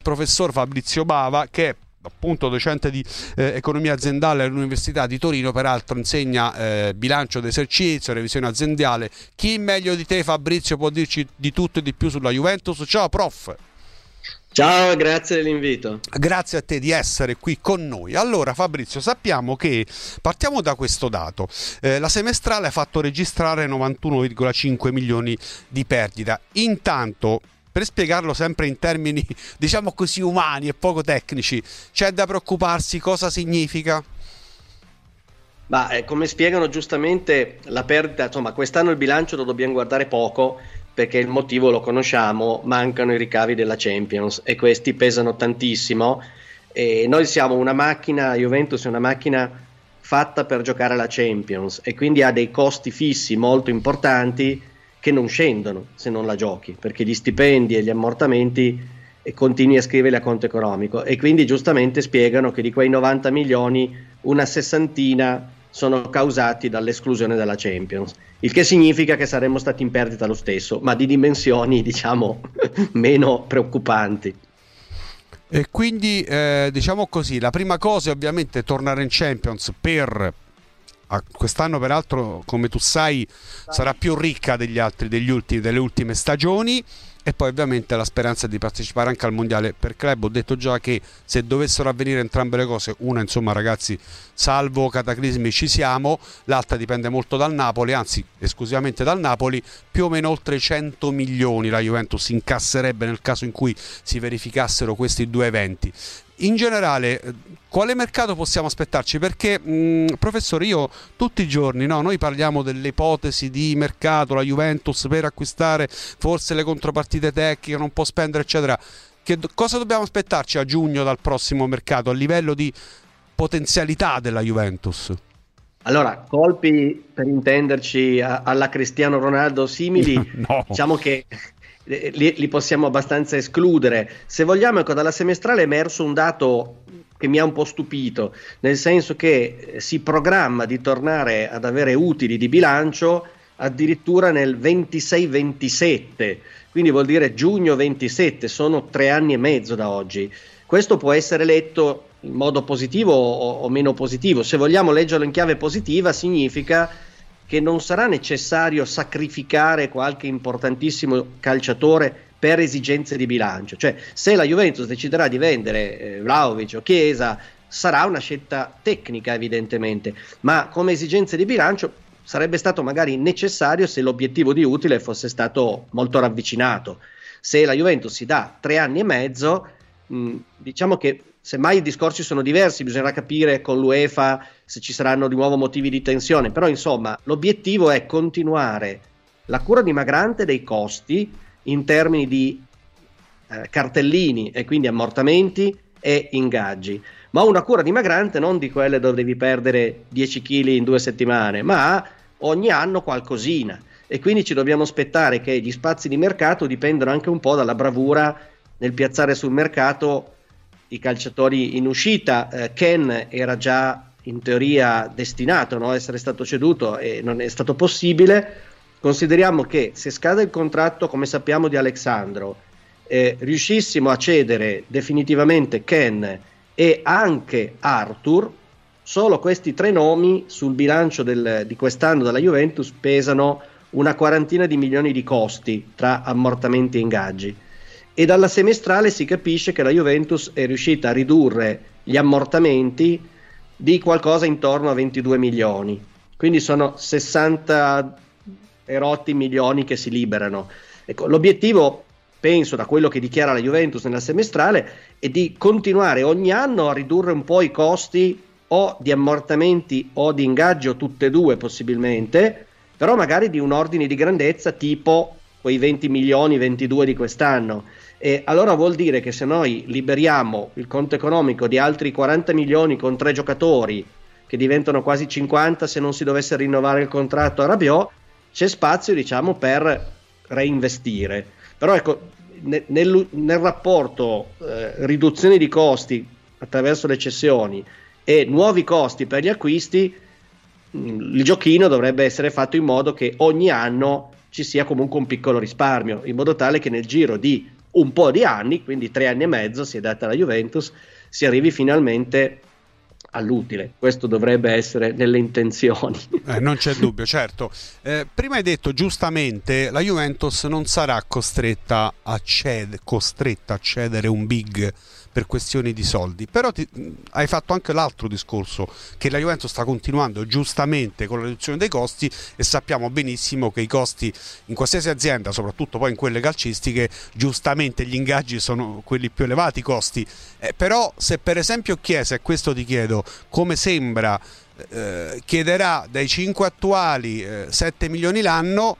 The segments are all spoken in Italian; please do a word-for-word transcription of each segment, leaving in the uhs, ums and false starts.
professor Fabrizio Bava, che è appunto docente di eh, economia aziendale all'Università di Torino, peraltro insegna eh, bilancio d'esercizio, revisione aziendale. Chi meglio di te, Fabrizio, può dirci di tutto e di più sulla Juventus? Ciao prof. Ciao, grazie dell'invito. Grazie a te di essere qui con noi. Allora Fabrizio, sappiamo che, partiamo da questo dato, eh, la semestrale ha fatto registrare novantuno virgola cinque milioni di perdita. Intanto, per spiegarlo sempre in termini diciamo così umani e poco tecnici, c'è da preoccuparsi? Cosa significa? Ma eh, come spiegano giustamente la perdita, insomma quest'anno il bilancio lo dobbiamo guardare poco, perché il motivo lo conosciamo: mancano i ricavi della Champions e questi pesano tantissimo, e noi siamo una macchina, Juventus è una macchina fatta per giocare alla Champions e quindi ha dei costi fissi molto importanti che non scendono se non la giochi, perché gli stipendi e gli ammortamenti e continui a scriverli a conto economico, e quindi giustamente spiegano che di quei novanta milioni una sessantina sono causati dall'esclusione della Champions, il che significa che saremmo stati in perdita lo stesso, ma di dimensioni diciamo meno preoccupanti. E quindi eh, diciamo così, la prima cosa è ovviamente tornare in Champions per quest'anno, peraltro come tu sai sarà più ricca degli altri degli ultimi, delle ultime stagioni, e poi ovviamente la speranza di partecipare anche al mondiale per club. Ho detto già che se dovessero avvenire entrambe le cose, una insomma ragazzi, salvo cataclismi ci siamo, l'altra dipende molto dal Napoli, anzi esclusivamente dal Napoli. Più o meno oltre cento milioni la Juventus incasserebbe nel caso in cui si verificassero questi due eventi. In generale, quale mercato possiamo aspettarci? Perché, mh, professore, io tutti i giorni, no, noi parliamo delle ipotesi di mercato, la Juventus per acquistare forse le contropartite tecniche, non può spendere, eccetera. Che, cosa dobbiamo aspettarci a giugno dal prossimo mercato a livello di potenzialità della Juventus? Allora, colpi, per intenderci, a, alla Cristiano Ronaldo simili, no. Diciamo che Li, li possiamo abbastanza escludere. Se vogliamo, ecco, dalla semestrale è emerso un dato che mi ha un po' stupito, nel senso che si programma di tornare ad avere utili di bilancio addirittura nel ventisei ventisette, quindi vuol dire giugno ventisette, sono tre anni e mezzo da oggi. Questo può essere letto in modo positivo o, o meno positivo. Se vogliamo leggerlo in chiave positiva, significa che non sarà necessario sacrificare qualche importantissimo calciatore per esigenze di bilancio. Cioè, se la Juventus deciderà di vendere eh, Vlahovic o Chiesa, sarà una scelta tecnica evidentemente, ma come esigenze di bilancio sarebbe stato magari necessario se l'obiettivo di utile fosse stato molto ravvicinato. Se la Juventus si dà tre anni e mezzo, mh, diciamo che semmai i discorsi sono diversi, bisognerà capire con l'UEFA se ci saranno di nuovo motivi di tensione, però insomma l'obiettivo è continuare la cura dimagrante dei costi in termini di eh, cartellini e quindi ammortamenti e ingaggi, ma una cura dimagrante non di quelle dove devi perdere dieci chili in due settimane, ma ogni anno qualcosina, e quindi ci dobbiamo aspettare che gli spazi di mercato dipendano anche un po' dalla bravura nel piazzare sul mercato i calciatori in uscita. eh, Ken era già in teoria destinato, no, a essere stato ceduto e non è stato possibile. Consideriamo che se scade il contratto, come sappiamo, di Alexandro, eh, riuscissimo a cedere definitivamente Ken e anche Arthur, solo questi tre nomi sul bilancio del, di quest'anno della Juventus pesano una quarantina di milioni di costi tra ammortamenti e ingaggi. E dalla semestrale si capisce che la Juventus è riuscita a ridurre gli ammortamenti di qualcosa intorno a ventidue milioni, quindi sono sessanta erotti milioni che si liberano. Ecco, l'obiettivo, penso, da quello che dichiara la Juventus nella semestrale, è di continuare ogni anno a ridurre un po' i costi o di ammortamenti o di ingaggio, tutte e due possibilmente, però magari di un ordine di grandezza tipo quei venti milioni, ventidue di quest'anno. E allora vuol dire che se noi liberiamo il conto economico di altri quaranta milioni con tre giocatori, che diventano quasi cinquanta se non si dovesse rinnovare il contratto a Rabiot, c'è spazio, diciamo, per reinvestire. Però ecco, nel, nel, nel rapporto eh, riduzione di costi attraverso le cessioni e nuovi costi per gli acquisti, mh, il giochino dovrebbe essere fatto in modo che ogni anno ci sia comunque un piccolo risparmio, in modo tale che nel giro di un po' di anni, quindi tre anni e mezzo si è data la Juventus, si arrivi finalmente all'utile. Questo dovrebbe essere nelle intenzioni. Eh, non c'è dubbio, certo. Eh, prima hai detto giustamente la Juventus non sarà costretta a, ced- costretta a cedere un big per questioni di soldi, però ti, hai fatto anche l'altro discorso, che la Juventus sta continuando giustamente con la riduzione dei costi, e sappiamo benissimo che i costi in qualsiasi azienda, soprattutto poi in quelle calcistiche, giustamente gli ingaggi sono quelli più elevati, i costi. Eh, però se per esempio Chiesa, e questo ti chiedo, come sembra eh, chiederà dai cinque attuali eh, sette milioni l'anno,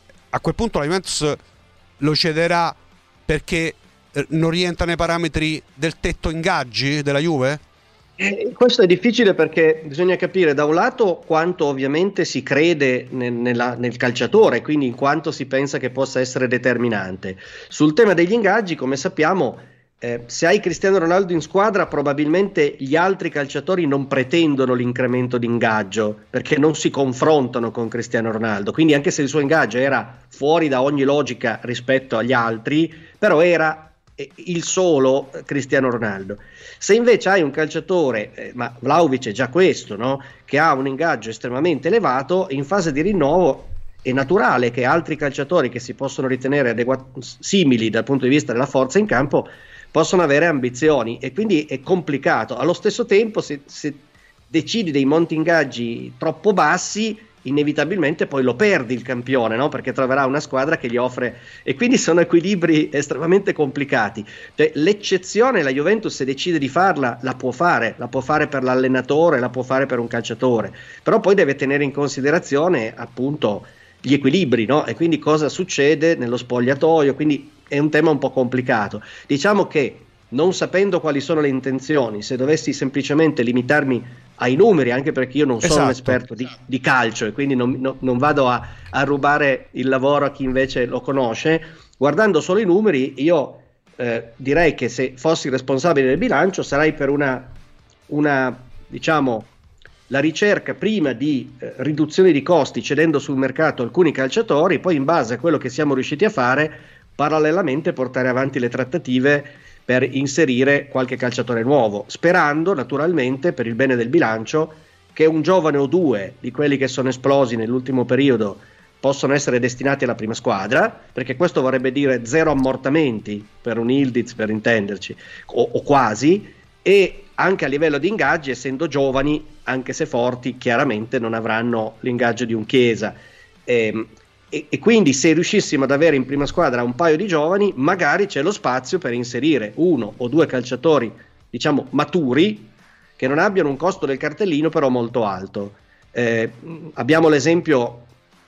a quel punto la Juventus lo cederà perché non rientra nei parametri del tetto ingaggi della Juve? Eh, questo è difficile, perché bisogna capire da un lato quanto ovviamente si crede nel, nella, nel calciatore, quindi in quanto si pensa che possa essere determinante. Sul tema degli ingaggi, come sappiamo, eh, se hai Cristiano Ronaldo in squadra, probabilmente gli altri calciatori non pretendono l'incremento di ingaggio, perché non si confrontano con Cristiano Ronaldo. Quindi anche se il suo ingaggio era fuori da ogni logica rispetto agli altri, però era il solo Cristiano Ronaldo. Se invece hai un calciatore, eh, ma Vlahovic è già questo, no? Che ha un ingaggio estremamente elevato, in fase di rinnovo è naturale che altri calciatori che si possono ritenere adeguati, simili dal punto di vista della forza in campo, possono avere ambizioni, e quindi è complicato. Allo stesso tempo, se, se decidi dei monti ingaggi troppo bassi, inevitabilmente poi lo perdi il campione, no? Perché troverà una squadra che gli offre, e quindi sono equilibri estremamente complicati. Cioè, l'eccezione, la Juventus, se decide di farla, la può fare, la può fare per l'allenatore, la può fare per un calciatore, però poi deve tenere in considerazione appunto gli equilibri, no? E quindi cosa succede nello spogliatoio, quindi è un tema un po' complicato. Diciamo che, non sapendo quali sono le intenzioni, se dovessi semplicemente limitarmi ai numeri, anche perché io non sono esatto. un esperto di, di calcio, e quindi non, no, non vado a, a rubare il lavoro a chi invece lo conosce, guardando solo i numeri, io eh, direi che se fossi responsabile del bilancio sarei per una, una diciamo, la ricerca prima di eh, riduzione di costi, cedendo sul mercato alcuni calciatori, poi in base a quello che siamo riusciti a fare, parallelamente portare avanti le trattative per inserire qualche calciatore nuovo, sperando naturalmente, per il bene del bilancio, che un giovane o due di quelli che sono esplosi nell'ultimo periodo possono essere destinati alla prima squadra, perché questo vorrebbe dire zero ammortamenti per un Yildiz, per intenderci, o, o quasi, e anche a livello di ingaggi, essendo giovani, anche se forti, chiaramente non avranno l'ingaggio di un Chiesa. Ehm, E, e quindi se riuscissimo ad avere in prima squadra un paio di giovani, magari c'è lo spazio per inserire uno o due calciatori, diciamo, maturi, che non abbiano un costo del cartellino però molto alto. Eh, abbiamo l'esempio,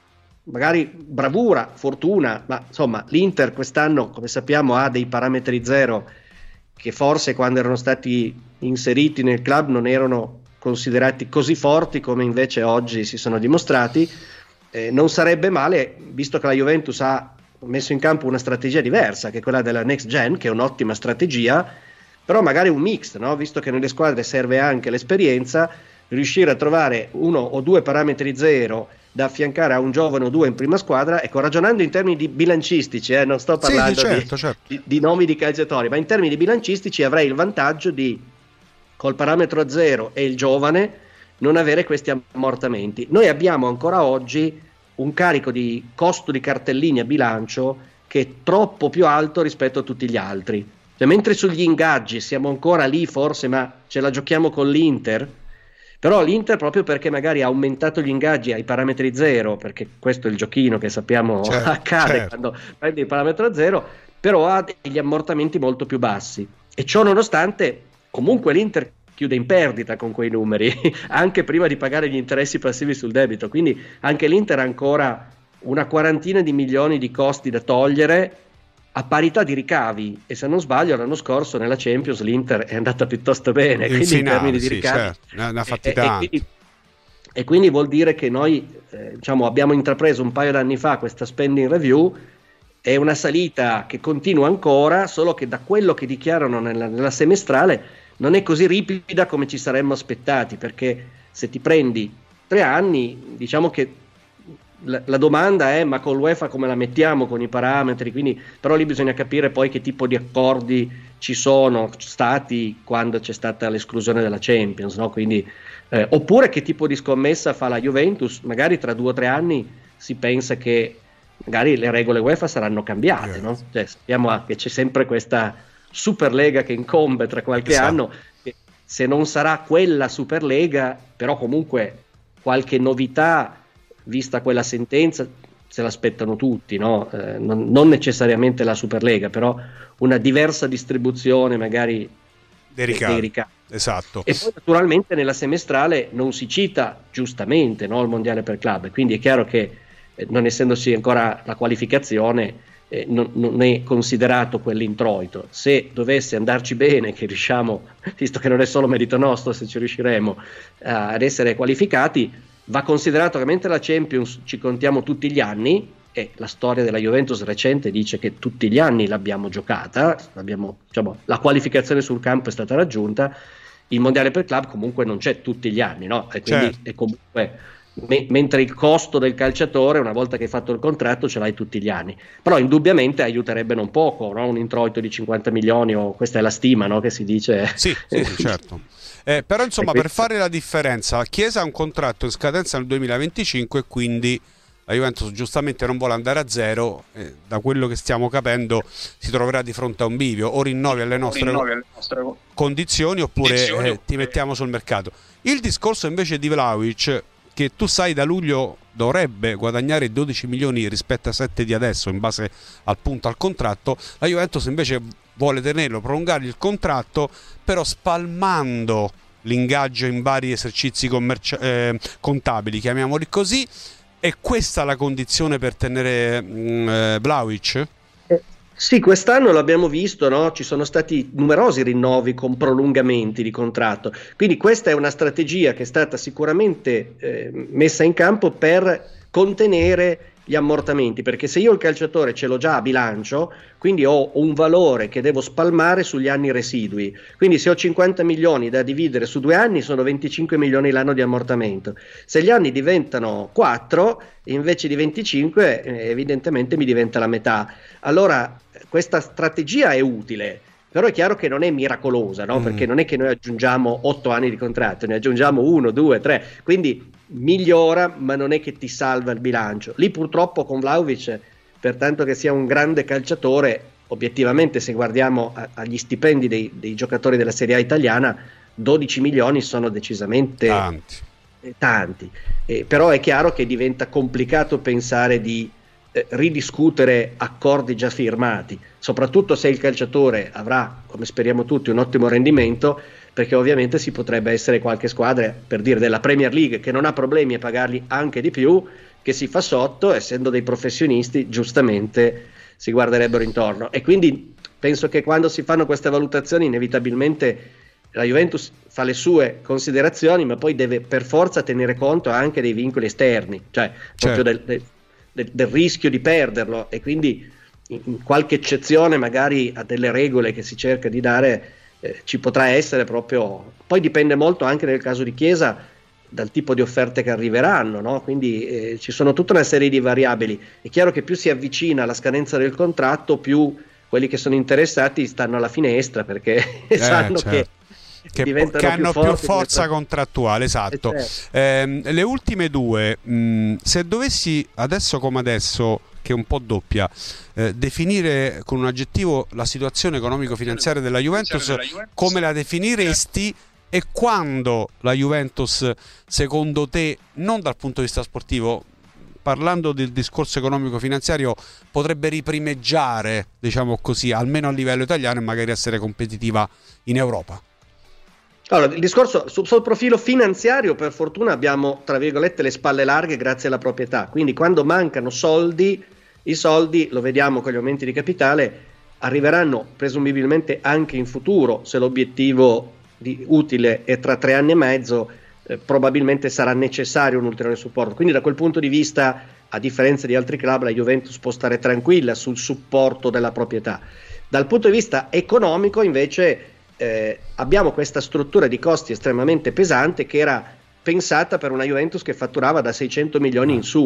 magari bravura, fortuna, ma insomma l'Inter quest'anno, come sappiamo, ha dei parametri zero che forse quando erano stati inseriti nel club non erano considerati così forti come invece oggi si sono dimostrati. Eh, non sarebbe male, visto che la Juventus ha messo in campo una strategia diversa, che è quella della next gen, che è un'ottima strategia, però magari un mix, no? Visto che nelle squadre serve anche l'esperienza, riuscire a trovare uno o due parametri zero da affiancare a un giovane o due in prima squadra, ecco, ragionando in termini di bilancistici, eh, non sto parlando sì, certo, di, certo. Di, di nomi di calciatori, ma in termini di bilancistici avrei il vantaggio di, col parametro zero e il giovane, non avere questi ammortamenti. Noi abbiamo ancora oggi un carico di costo di cartellini a bilancio che è troppo più alto rispetto a tutti gli altri. Cioè, mentre sugli ingaggi siamo ancora lì forse, ma ce la giochiamo con l'Inter, però l'Inter, proprio perché magari ha aumentato gli ingaggi ai parametri zero, perché questo è il giochino che sappiamo certo, accade certo. quando prendi il parametro zero, però ha degli ammortamenti molto più bassi, e ciò nonostante comunque l'Inter chiude in perdita con quei numeri, anche prima di pagare gli interessi passivi sul debito, quindi anche l'Inter ha ancora una quarantina di milioni di costi da togliere a parità di ricavi, e se non sbaglio l'anno scorso nella Champions l'Inter è andata piuttosto bene, in quindi finale, in termini di sì, ricavi certo. ne, ne ha fatti e, tanti. E quindi, e quindi vuol dire che noi eh, diciamo, abbiamo intrapreso un paio d'anni fa questa spending review, è una salita che continua ancora, solo che da quello che dichiarano nella, nella semestrale non è così ripida come ci saremmo aspettati, perché se ti prendi tre anni, diciamo che la, la domanda è: ma con l'UEFA come la mettiamo con i parametri? Quindi, però lì bisogna capire poi che tipo di accordi ci sono stati quando c'è stata l'esclusione della Champions, no? Quindi, eh, oppure che tipo di scommessa fa la Juventus? Magari tra due o tre anni si pensa che magari le regole UEFA saranno cambiate, no? Cioè, sappiamo che c'è sempre questa Superlega che incombe tra qualche esatto. anno, che se non sarà quella Superlega, però comunque qualche novità, vista quella sentenza, se l'aspettano tutti, no? Eh, non, non necessariamente la Superlega, però una diversa distribuzione magari dei ricavi. Dei ricavi. Esatto. E poi naturalmente nella semestrale non si cita giustamente, no, il mondiale per club, quindi è chiaro che eh, non essendosi ancora la qualificazione eh, non, non è considerato quell'introito. Se dovesse andarci bene, che riusciamo, visto che non è solo merito nostro se ci riusciremo eh, ad essere qualificati, va considerato che mentre la Champions ci contiamo tutti gli anni, e la storia della Juventus recente dice che tutti gli anni l'abbiamo giocata, l'abbiamo, diciamo, la qualificazione sul campo è stata raggiunta, il mondiale per club comunque non c'è tutti gli anni, no? E quindi certo. è comunque, me, mentre il costo del calciatore, una volta che hai fatto il contratto, ce l'hai tutti gli anni, però indubbiamente aiuterebbe non poco, no? Un introito di cinquanta milioni, o questa è la stima, no? Che si dice. Sì, sì, sì certo. Eh, però insomma, per fare la differenza, Chiesa ha un contratto in scadenza nel duemilaventicinque, quindi la Juventus giustamente non vuole andare a zero, eh, da quello che stiamo capendo si troverà di fronte a un bivio: o rinnovi alle nostre, rinnovi alle nostre condizioni oppure, condizioni, eh, oppure ti mettiamo sul mercato. Il discorso invece di Vlahovic, che tu sai da luglio dovrebbe guadagnare dodici milioni rispetto a sette di adesso in base al punto al contratto, la Juventus invece vuole tenerlo, prolungare il contratto, però spalmando l'ingaggio in vari esercizi commerci- eh, contabili, chiamiamoli così. È questa la condizione per tenere mh, eh, Vlahovic? Eh, sì, quest'anno l'abbiamo visto, no? Ci sono stati numerosi rinnovi con prolungamenti di contratto, quindi questa è una strategia che è stata sicuramente eh, messa in campo per contenere gli ammortamenti, perché se io il calciatore ce l'ho già a bilancio, quindi ho un valore che devo spalmare sugli anni residui, quindi se ho cinquanta milioni da dividere su due anni sono venticinque milioni l'anno di ammortamento. Se gli anni diventano quattro invece di venticinque, eh, evidentemente mi diventa la metà. Allora questa strategia è utile, però è chiaro che non è miracolosa, no? Mm. Perché non è che noi aggiungiamo otto anni di contratto, ne aggiungiamo uno, due, tre, quindi migliora, ma non è che ti salva il bilancio. Lì purtroppo con Vlahovic, per tanto che sia un grande calciatore, obiettivamente se guardiamo a, agli stipendi dei, dei giocatori della Serie A italiana, dodici milioni sono decisamente tanti, eh, tanti. Eh, però è chiaro che diventa complicato pensare di eh, ridiscutere accordi già firmati, soprattutto se il calciatore avrà, come speriamo tutti, un ottimo rendimento, perché ovviamente si potrebbe essere qualche squadra, per dire della Premier League, che non ha problemi a pagarli anche di più, che si fa sotto, essendo dei professionisti, giustamente si guarderebbero intorno. E quindi penso che quando si fanno queste valutazioni, inevitabilmente la Juventus fa le sue considerazioni, ma poi deve per forza tenere conto anche dei vincoli esterni, cioè proprio certo. del, del, del rischio di perderlo, e quindi in qualche eccezione magari a delle regole che si cerca di dare eh, ci potrà essere, proprio poi dipende molto anche nel caso di Chiesa dal tipo di offerte che arriveranno, no? Quindi eh, ci sono tutta una serie di variabili. È chiaro che più si avvicina alla scadenza del contratto, più quelli che sono interessati stanno alla finestra, perché eh, sanno certo. che Che, che hanno più, più forza contrattuale, esatto. Certo. Eh, le ultime due, mh, se dovessi adesso come adesso, che è un po' doppia, eh, definire con un aggettivo la situazione economico-finanziaria della Juventus, della Juventus, come la definiresti? E quando la Juventus, secondo te, non dal punto di vista sportivo, parlando del discorso economico-finanziario, potrebbe riprimeggiare, diciamo così, almeno a livello italiano, e magari essere competitiva in Europa? Allora, il discorso sul, sul profilo finanziario, per fortuna abbiamo, tra virgolette, le spalle larghe grazie alla proprietà, quindi quando mancano soldi, i soldi, lo vediamo con gli aumenti di capitale, arriveranno presumibilmente anche in futuro. Se l'obiettivo di utile è tra tre anni e mezzo, eh, probabilmente sarà necessario un ulteriore supporto. Quindi da quel punto di vista, a differenza di altri club, la Juventus può stare tranquilla sul supporto della proprietà. Dal punto di vista economico invece eh, abbiamo questa struttura di costi estremamente pesante, che era pensata per una Juventus che fatturava da seicento milioni in su,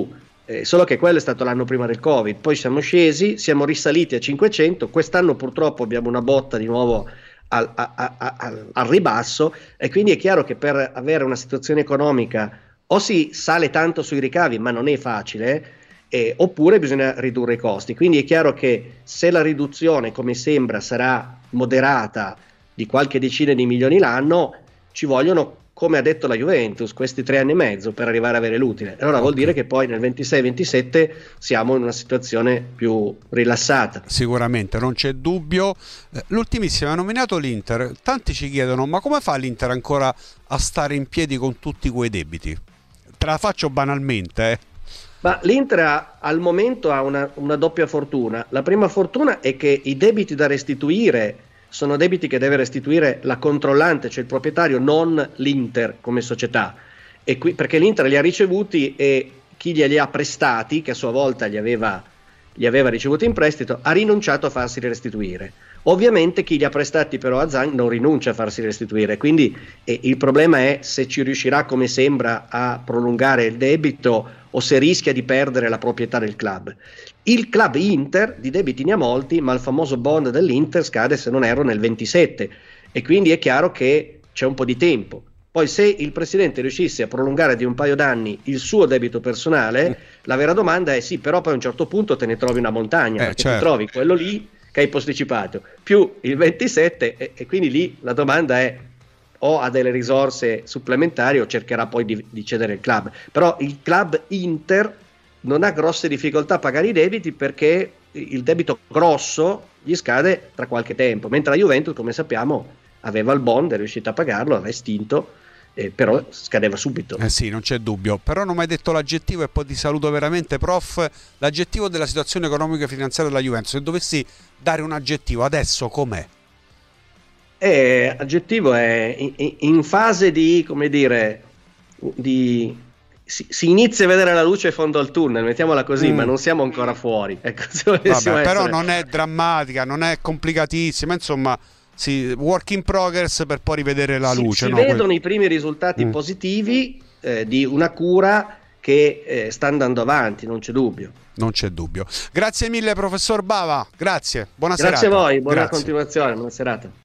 Eh, solo che quello è stato l'anno prima del Covid, poi siamo scesi, siamo risaliti a cinquecento, quest'anno purtroppo abbiamo una botta di nuovo al, a, a, a, al ribasso, e quindi è chiaro che per avere una situazione economica o si sale tanto sui ricavi, ma non è facile, eh, oppure bisogna ridurre i costi. Quindi è chiaro che se la riduzione, come sembra, sarà moderata di qualche decina di milioni l'anno, ci vogliono, come ha detto la Juventus, questi tre anni e mezzo per arrivare a avere l'utile. Allora okay. Vuol dire che poi nel ventisei ventisette siamo in una situazione più rilassata. Sicuramente, non c'è dubbio. L'ultimissima, ha nominato l'Inter. Tanti ci chiedono, ma come fa l'Inter ancora a stare in piedi con tutti quei debiti? Te la faccio banalmente, eh. Ma l'Inter ha, al momento ha una, una doppia fortuna. La prima fortuna è che i debiti da restituire sono debiti che deve restituire la controllante, cioè il proprietario, non l'Inter come società, e qui, perché l'Inter li ha ricevuti e chi glieli ha prestati, che a sua volta li aveva, li aveva ricevuti in prestito, ha rinunciato a farsi restituire. Ovviamente chi li ha prestati però a Zhang non rinuncia a farsi restituire, quindi eh, il problema è se ci riuscirà, come sembra, a prolungare il debito o se rischia di perdere la proprietà del club. Il club Inter di debiti ne ha molti, ma il famoso bond dell'Inter scade, se non erro, nel ventisette, e quindi è chiaro che c'è un po' di tempo. Poi se il presidente riuscisse a prolungare di un paio d'anni il suo debito personale, mm. la vera domanda è sì, però poi a un certo punto te ne trovi una montagna, eh, perché certo. ti trovi quello lì che hai posticipato, più il ventisette, e, e quindi lì la domanda è o ha delle risorse supplementari o cercherà poi di, di cedere il club. Però il club Inter non ha grosse difficoltà a pagare i debiti perché il debito grosso gli scade tra qualche tempo, mentre la Juventus, come sappiamo, aveva il bond, è riuscita a pagarlo, aveva estinto, eh, però scadeva subito. Eh sì, non c'è dubbio. Però non mi hai detto l'aggettivo, e poi ti saluto veramente, prof. L'aggettivo della situazione economica e finanziaria della Juventus, se dovessi dare un aggettivo adesso, com'è? Eh, aggettivo è in, in fase di, come dire, di si, si inizia a vedere la luce in fondo al tunnel, mettiamola così, mm. ma non siamo ancora fuori. Ecco, vabbè, però non è drammatica, non è complicatissima, insomma, sì, work in progress per poi rivedere la si, luce. Si no? vedono que- i primi risultati mm. positivi eh, di una cura che eh, sta andando avanti, non c'è dubbio. Non c'è dubbio. Grazie mille, professor Bava. Grazie. Buona Grazie serata. a voi, buona Grazie. continuazione, buona serata.